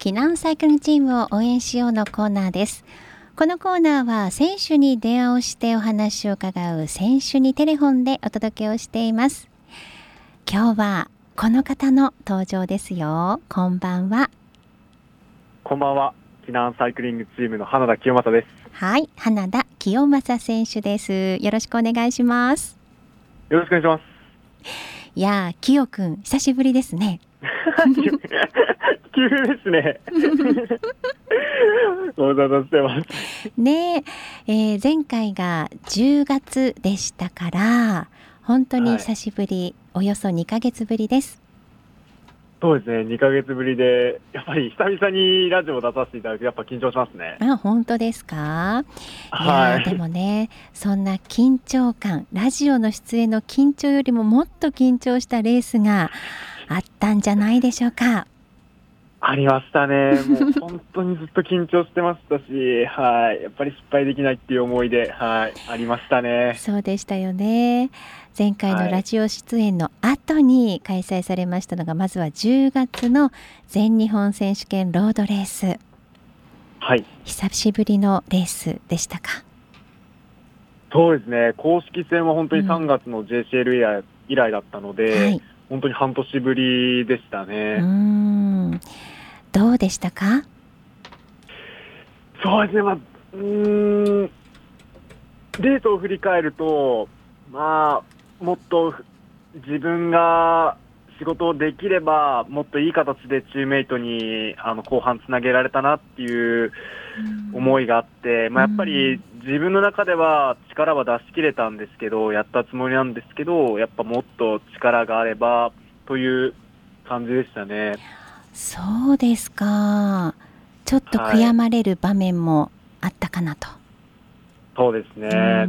避難サイクルチームを応援しようのコーナーです。このコーナーは選手に電話をしてお話を伺う選手にテレフォンでお届けをしています。今日はこの方の登場ですよ。こんばんは。 こんばんは。避難サイクリングチームの花田清正です。 はい、花田清正選手です。よろしくお願いします。 よろしくお願いします。 いやー、清くん久しぶりですね。 急ですね。ご無沙汰してますねえ、前回が10月でしたから本当に久しぶり、およそ2ヶ月ぶりです。 そうですね、2ヶ月ぶりでやっぱり久々にラジオを出させていただくとやっぱ緊張しますね。 本当ですか？ はい。 でもね、そんな緊張感、ラジオの出演の緊張よりももっと緊張したレースがあったんじゃないでしょうか。 ありましたね。もう本当にずっと緊張してましたし、はい、やっぱり失敗できないっていう思いで、はい、ありましたね。 そうでしたよね。前回のラジオ出演の後に開催されましたのが、まずは10月の全日本選手権ロードレース。 はい。 久しぶりのレースでしたか？ そうですね、公式戦は本当に3月の JCL 以来だったので、 はい、 本当に半年ぶりでしたね。 どうでしたか？ そうですね、レースを振り返ると、もっと自分が仕事をできれば、もっといい形でチームメイトに後半つなげられたなっていう思いがあって、やっぱり自分の中では力は出し切れたんですけど、やったつもりなんですけど、やっぱもっと力があればという感じでしたね。 そうですか。ちょっと悔やまれる場面もあったかなと。 そうですね。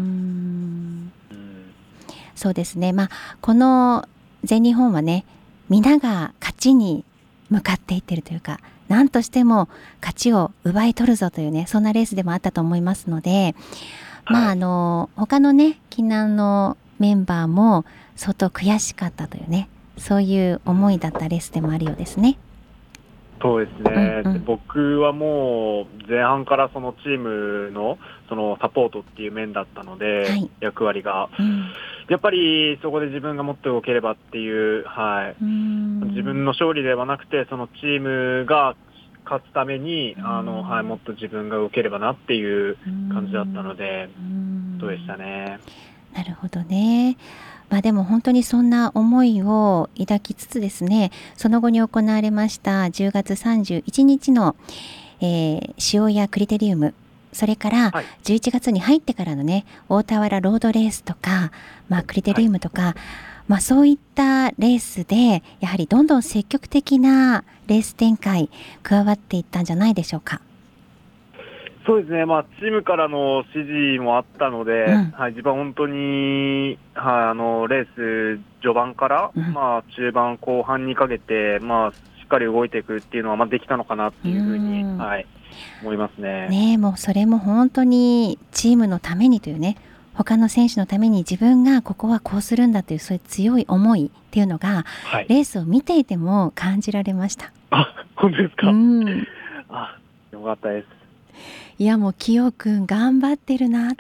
そうですね。この全日本はね、皆が勝ちに向かっていってるというか、何としても勝ちを奪い取るぞというね、そんなレースでもあったと思いますので、他のね、避難のメンバーも相当悔しかったというね、そういう思いだったレースでもあるようですね。 そうですね、僕はもう前半からそのチームのそのサポートっていう面だったので、役割が、やっぱりそこで自分がもっと動ければっていう、自分の勝利ではなくてそのチームが勝つためにもっと自分が動ければなっていう感じだったので、そうでしたね。 なるほどね。でも本当にそんな思いを抱きつつですね、その後に行われました10月31日の、塩谷クリテリウム、それから11月に入ってからのね、大田原ロードレースとか、クリテリウムとか、そういったレースでやはりどんどん積極的なレース展開加わっていったんじゃないでしょうか。 そうですね、チームからの指示もあったので、自分は本当に、レース序盤から、中盤後半にかけて、しっかり動いていくっていうのは、できたのかなっていうふうに、思いますね。 もうそれも本当にチームのためにというね、他の選手のために自分がここはこうするんだというそういう強い思いっていうのが、レースを見ていても感じられました。 本当ですか？よかったです。 いやもう清くん頑張ってるなって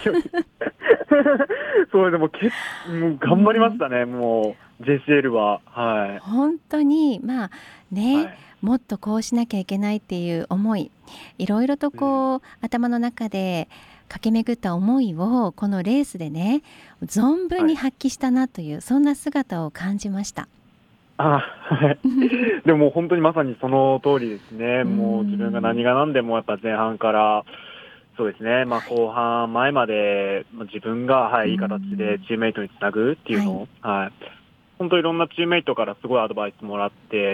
そうでももう頑張りましたね、もう JCL は。 本当にもっとこうしなきゃいけないっていう思い、いろいろと頭の中で駆け巡った思いをこのレースでね存分に発揮したなという、そんな姿を感じました。 でも本当にまさにその通りですね。もう自分が何が何でもやっぱ前半からそうですね、後半前まで自分が、いい形でチームメイトにつなぐっていうのを、本当いろんなチームメイトからすごいアドバイスもらって、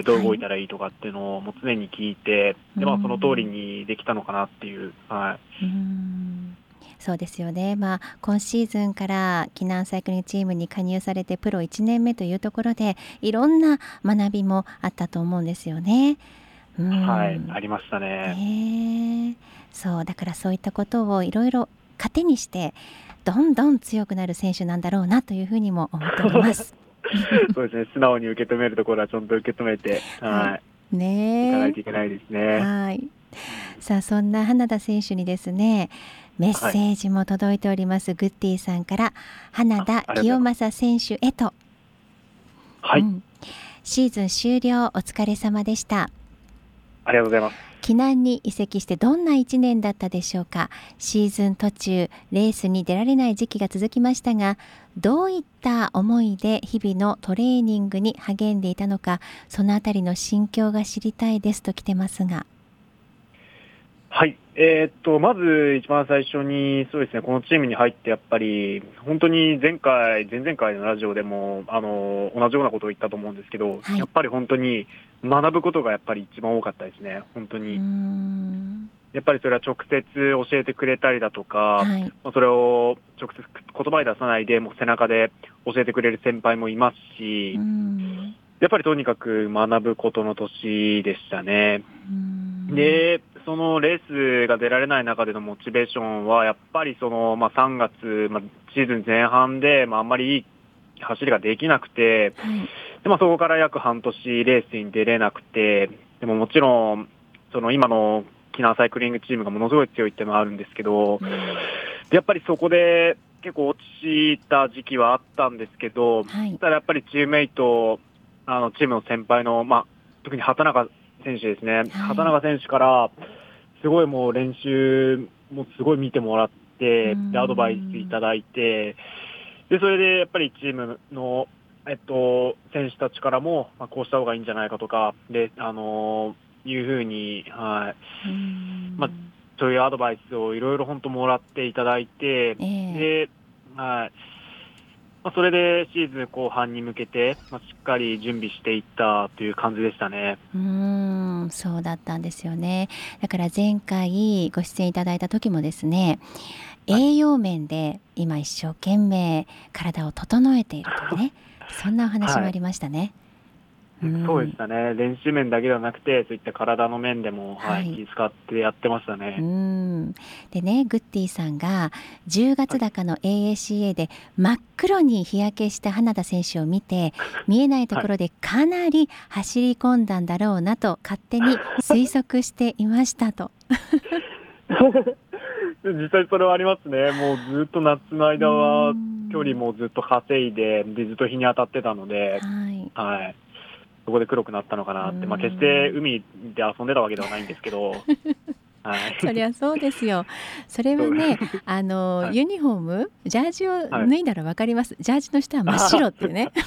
どう動いたらいいとかっていうのをもう常に聞いて、でその通りにできたのかなっていう。 そうですよね。今シーズンから避難サイクリングチームに加入されてプロ1年目というところでいろんな学びもあったと思うんですよね。 ありましたね。 そうだからそういったことをいろいろ糧にしてどんどん強くなる選手なんだろうなというふうにも思っております。 そうですね、素直に受け止めるところはちゃんと受け止めて、 ね、 いかないといけないですね。 はい。さあそんな花田選手にですね、メッセージも届いております。グッディさんから花田清正選手へと。 はい、 シーズン終了お疲れ様でした。 ありがとうございます。 避難に移籍してどんな1年だったでしょうか。シーズン途中レースに出られない時期が続きましたが、どういった思いで日々のトレーニングに励んでいたのか、そのあたりの心境が知りたいですと来てますが。 はい、まず一番最初にそうですね、このチームに入ってやっぱり本当に前々回のラジオでも同じようなことを言ったと思うんですけど、やっぱり本当に学ぶことがやっぱり一番多かったですね。本当にやっぱりそれは直接教えてくれたりだとか、それを直接言葉に出さないでもう背中で教えてくれる先輩もいますし、やっぱりとにかく学ぶことの年でしたね。で、そのレースが出られない中でのモチベーションはやっぱりその、3月、シーズン前半で、あんまりいい走りができなくて、でそこから約半年レースに出れなくて、でももちろんその今のキナンサイクリングチームがものすごい強いっていうのはあるんですけど、やっぱりそこで結構落ちた時期はあったんですけど、ただやっぱりチームメイト、チームの先輩の、特に畑中選手ですね、畑中選手からすごいもう練習もすごい見てもらって、でアドバイスいただいて、でそれでやっぱりチームの、選手たちからも、こうした方がいいんじゃないかとかで、いうふうに、そういうアドバイスをいろいろ本当もらっていただいて、で、それでシーズン後半に向けて、しっかり準備していったという感じでしたね。 そうだったんですよね。だから前回ご出演いただいた時もですね、栄養面で今一生懸命体を整えているというねそんなお話もありましたね。 そうでしたね。練習面だけではなくて、そういった体の面でも、気遣ってやってましたね。 でね、グッディさんが10月高の AACA で真っ黒に日焼けした花田選手を見て、見えないところでかなり走り込んだんだろうなと勝手に推測していましたと。 実際それはありますね。もうずっと夏の間は距離もずっと稼いで、ずっと日に当たってたので、そこで黒くなったのかなって、決して海で遊んでたわけではないんですけど、 そりゃそうですよ。それはね、ユニフォーム、ジャージを脱いだら分かります。ジャージの下は真っ白っていうね。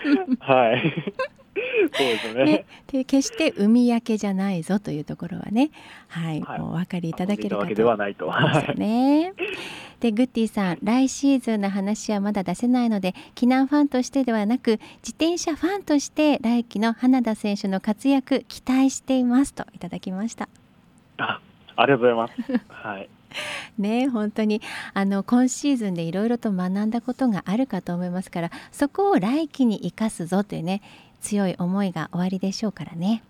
そうですね。 で決して海焼けじゃないぞというところはね、もうお分かりいただけるかと思いますよね。でグッディさん、来シーズンの話はまだ出せないので、キナンファンとしてではなく自転車ファンとして来季の花田選手の活躍期待していますといただきました。 ありがとうございます。 ね、本当に今シーズンでいろいろと学んだことがあるかと思いますから、そこを来季に生かすぞというね強い思いがおありでしょうからね。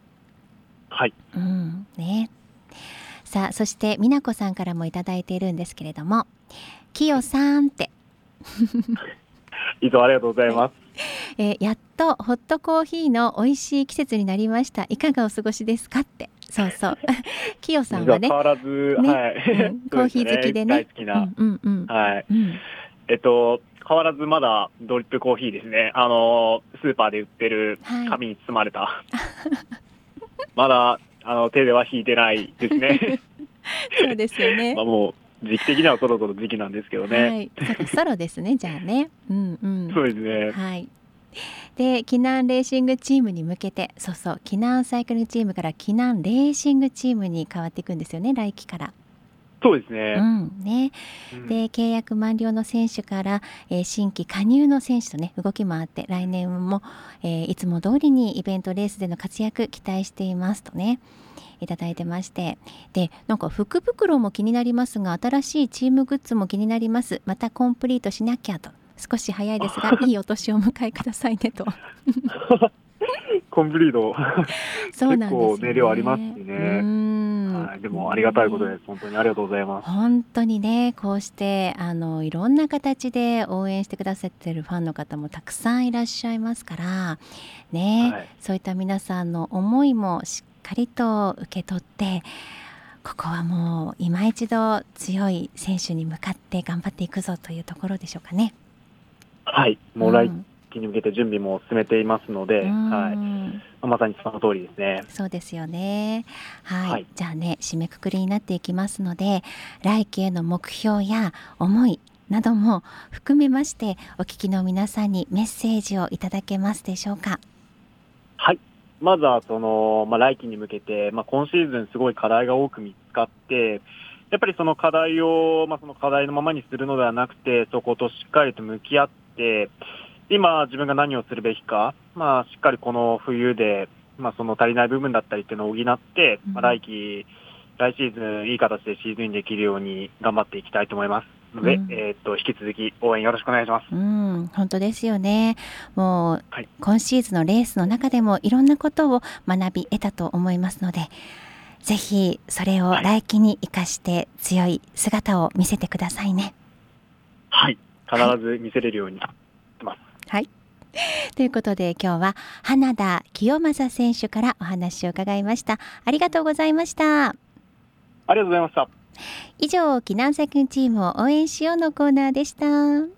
さあそして美奈子さんからもいただいているんですけれども、きよさんっていつもありがとうございます。 やっとホットコーヒーの美味しい季節になりました。いかがお過ごしですかって。そうそうきよさんはね、 変わらず、コーヒー好きでね、 大好きな、変わらずまだドリップコーヒーですね。スーパーで売ってる紙に包まれた、まだ手では引いてないですね。 そうですよね。 もう時期的にはそろそろ時期なんですけどね。 そろですね。じゃあね。 そうですね。 でキナンレーシングチームに向けて、キナンサイクリングチームからキナンレーシングチームに変わっていくんですよね、来季から。 そうですね。 で契約満了の選手から、新規加入の選手とね動きもあって、来年も、いつも通りにイベントレースでの活躍期待していますとねいただいてまして、でなんか福袋も気になりますが、新しいチームグッズも気になります。またコンプリートしなきゃと。少し早いですがいいお年をお迎えくださいねと。 コンプリートそうなんですよね。 結構量ありますしね。 はい、でもありがたいことです。本当にありがとうございます。 本当にね、こうしていろんな形で応援してくださってるファンの方もたくさんいらっしゃいますからね、はい、そういった皆さんの思いもしっかりと受け取って、ここはもう今一度強い選手に向かって頑張っていくぞというところでしょうかね。 はい、もう来期に向けて準備も進めていますので、はい、まさにその通りですね。 そうですよね。はい、はい、じゃあね、締めくくりになっていきますので、来期への目標や思いなども含めましてお聞きの皆さんにメッセージをいただけますでしょうか。 はい、まずは来期に向けて、今シーズンすごい課題が多く見つかって、やっぱりその課題を、その課題のままにするのではなくて、そことしっかりと向き合って、今自分が何をするべきか、しっかりこの冬で、その足りない部分だったりっていうのを補って、来シーズンいい形でシーズンにできるように頑張っていきたいと思いますので、引き続き応援よろしくお願いします。 本当ですよね。もう、はい、今シーズンのレースの中でもいろんなことを学び得たと思いますので、ぜひそれを来期に生かして強い姿を見せてくださいね。 はい、必ず見せれるようにします。 はい、ということで今日は花田清正選手からお話を伺いました。ありがとうございました。 ありがとうございました。 以上、避難先チームを応援しようのコーナーでした。